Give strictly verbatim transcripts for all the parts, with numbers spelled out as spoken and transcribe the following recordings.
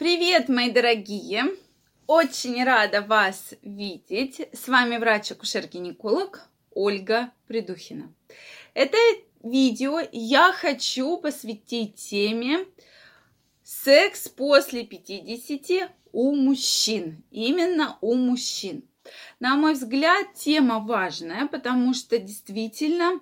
Привет, мои дорогие! Очень рада вас видеть. С вами врач-акушер-гинеколог Ольга Придухина. Это видео я хочу посвятить теме секс после пятидесяти у мужчин. Именно у мужчин. На мой взгляд, тема важная, потому что действительно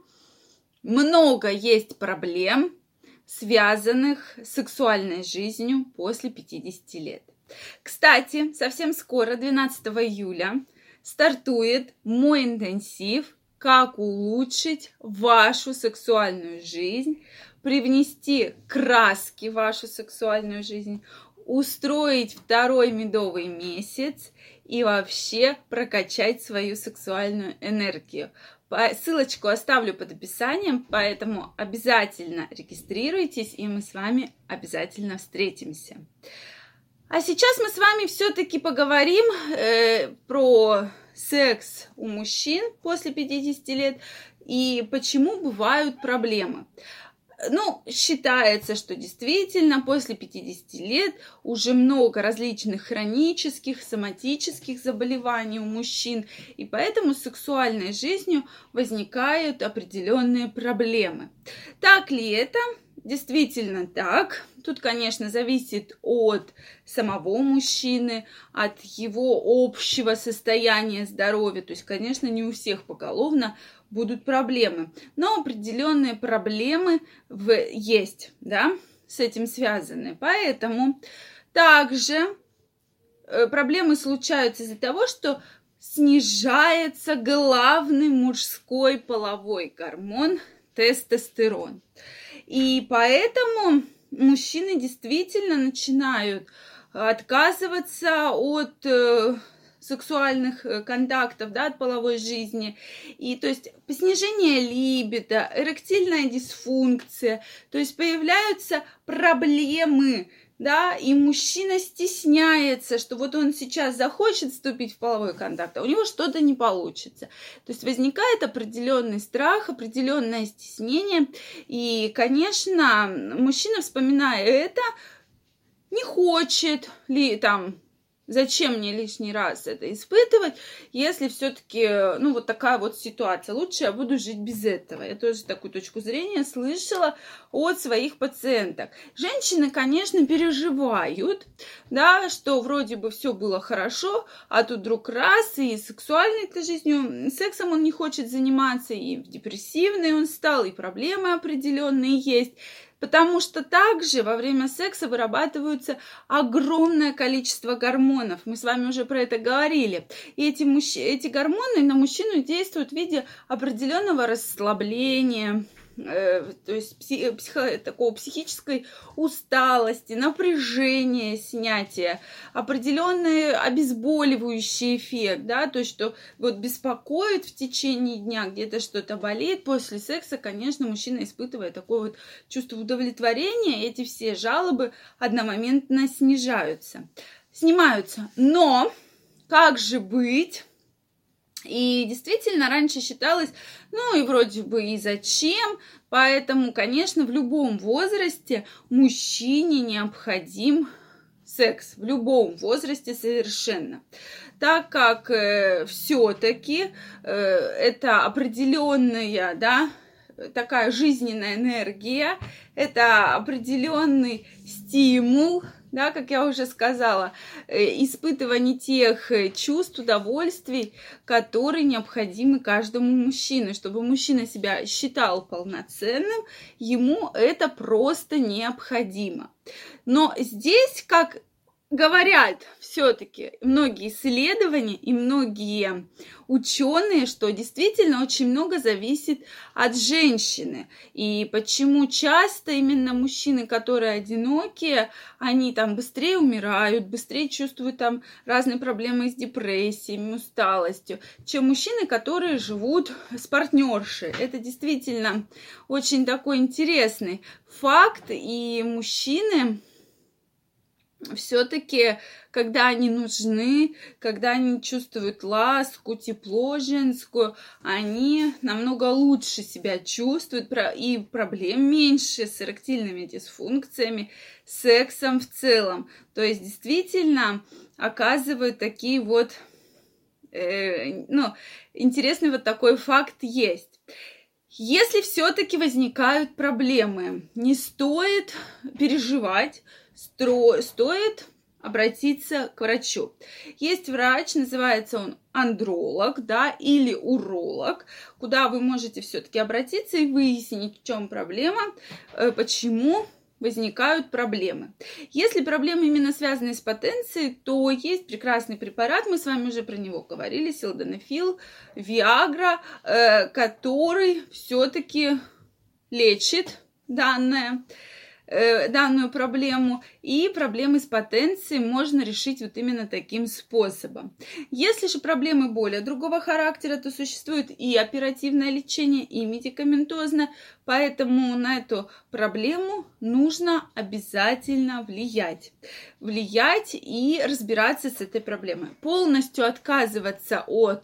много есть проблем, связанных с сексуальной жизнью после пятидесяти лет. Кстати, совсем скоро, двенадцатого июля, стартует мой интенсив «Как улучшить вашу сексуальную жизнь», привнести краски в вашу сексуальную жизнь, устроить второй медовый месяц и вообще прокачать свою сексуальную энергию. Ссылочку оставлю под описанием, поэтому обязательно регистрируйтесь, и мы с вами обязательно встретимся. А сейчас мы с вами все-таки поговорим э, про секс у мужчин после пятидесяти лет и почему бывают проблемы. Ну, считается, что действительно после пятидесяти лет уже много различных хронических, соматических заболеваний у мужчин, и поэтому с сексуальной жизнью возникают определенные проблемы. Так ли это? Действительно так. Тут, конечно, зависит от самого мужчины, от его общего состояния здоровья. То есть, конечно, не у всех поголовно будут проблемы, но определенные проблемы в... есть, да, с этим связаны. Поэтому также проблемы случаются из-за того, что снижается главный мужской половой гормон тестостерон. И поэтому мужчины действительно начинают отказываться от э, сексуальных контактов, да, от половой жизни. И то есть снижение либидо, эректильная дисфункция, то есть появляются проблемы, да, и мужчина стесняется, что вот он сейчас захочет вступить в половой контакт, а у него что-то не получится. То есть возникает определенный страх, определенное стеснение, и, конечно, мужчина, вспоминая это, не хочет ли там... Зачем мне лишний раз это испытывать, если все-таки, ну, вот такая вот ситуация. Лучше я буду жить без этого. Я тоже такую точку зрения слышала от своих пациенток. Женщины, конечно, переживают, да, что вроде бы все было хорошо, а тут вдруг раз, и сексуальной жизнью, сексом он не хочет заниматься, и депрессивный он стал, и проблемы определенные есть. Потому что также во время секса вырабатываются огромное количество гормонов. Мы с вами уже про это говорили. И эти, мужч... эти гормоны на мужчину действуют в виде определенного расслабления, э, то есть псих... Психо... такого психической усталости, напряжения, снятия, определенный обезболивающий эффект, да, то есть что вот беспокоит в течение дня, где-то что-то болит. После секса, конечно, мужчина испытывает такое вот чувство удовлетворения, эти все жалобы одномоментно снижаются, снимаются. Но как же быть? И действительно, раньше считалось, ну и вроде бы и зачем, поэтому, конечно, в любом возрасте мужчине необходим секс, в любом возрасте совершенно. Так как э, все-таки э, это определенная, да, такая жизненная энергия, это определенный стимул, да, как я уже сказала, испытывание тех чувств, удовольствий, которые необходимы каждому мужчине. Чтобы мужчина себя считал полноценным, ему это просто необходимо. Но здесь, как говорят все-таки многие исследования и многие ученые, что действительно очень много зависит от женщины. И почему часто именно мужчины, которые одинокие, они там быстрее умирают, быстрее чувствуют там разные проблемы с депрессиями, усталостью, чем мужчины, которые живут с партнершей. Это действительно очень такой интересный факт. И мужчины все-таки, когда они нужны, когда они чувствуют ласку, тепло женскую, они намного лучше себя чувствуют, и проблем меньше с эректильными дисфункциями, сексом в целом. То есть, действительно, оказывают такие вот, э, ну, интересный вот такой факт есть. Если все-таки возникают проблемы, не стоит переживать, Стро... стоит обратиться к врачу. Есть врач, называется он андролог, да, или уролог, куда вы можете все-таки обратиться и выяснить, в чем проблема, почему возникают проблемы. Если проблемы именно связаны с потенцией, то есть прекрасный препарат, мы с вами уже про него говорили, силденафил, Виагра, который все-таки лечит данное данную проблему, и проблемы с потенцией можно решить вот именно таким способом. Если же проблемы более другого характера, то существует и оперативное лечение, и медикаментозное, поэтому на эту проблему нужно обязательно влиять. Влиять и разбираться с этой проблемой. Полностью отказываться от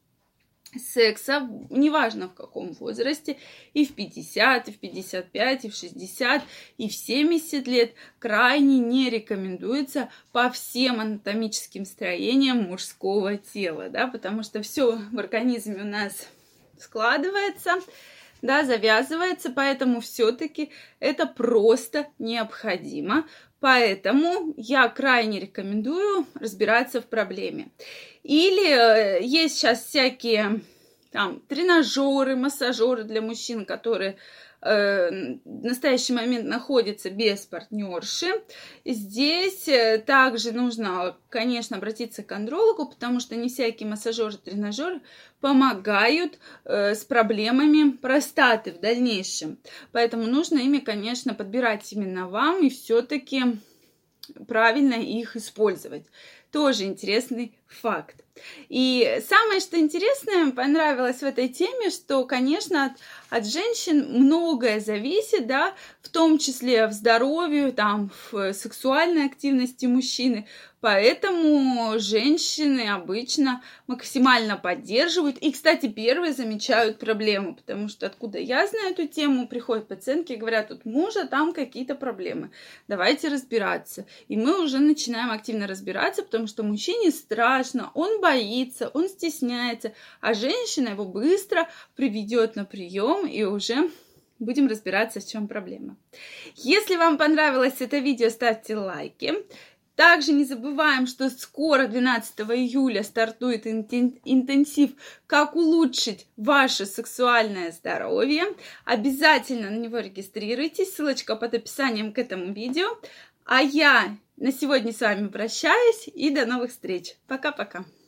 секса, неважно в каком возрасте, и в пятьдесят, и в пятьдесят пять, и в шестьдесят, и в семьдесят лет крайне не рекомендуется по всем анатомическим строениям мужского тела, да, потому что все в организме у нас складывается, да, завязывается, поэтому все-таки это просто необходимо. Поэтому я крайне рекомендую разбираться в проблеме. Или э, есть сейчас всякие там тренажеры, массажеры для мужчин, которые э, в настоящий момент находятся без партнерши. Здесь э, также нужно, конечно, обратиться к андрологу, потому что не всякие массажеры, тренажеры помогают э, с проблемами простаты в дальнейшем. Поэтому нужно ими, конечно, подбирать именно вам и все-таки правильно их использовать. Тоже интересный факт. И самое, что интересное, понравилось в этой теме, что, конечно, от, от женщин многое зависит, да, в том числе в здоровье, там, в сексуальной активности мужчины. Поэтому женщины обычно максимально поддерживают. И, кстати, первые замечают проблему, потому что откуда я знаю эту тему, приходят пациентки и говорят, тут мужа там какие-то проблемы, давайте разбираться. И мы уже начинаем активно разбираться, потому что мужчине страшно, он боится, он стесняется, а женщина его быстро приведет на прием и уже будем разбираться, в чем проблема. Если вам понравилось это видео, ставьте лайки. Также не забываем, что скоро, двенадцатого июля, стартует интенсив «Как улучшить ваше сексуальное здоровье». Обязательно на него регистрируйтесь, ссылочка под описанием к этому видео. А я на сегодня с вами прощаюсь и до новых встреч. Пока-пока.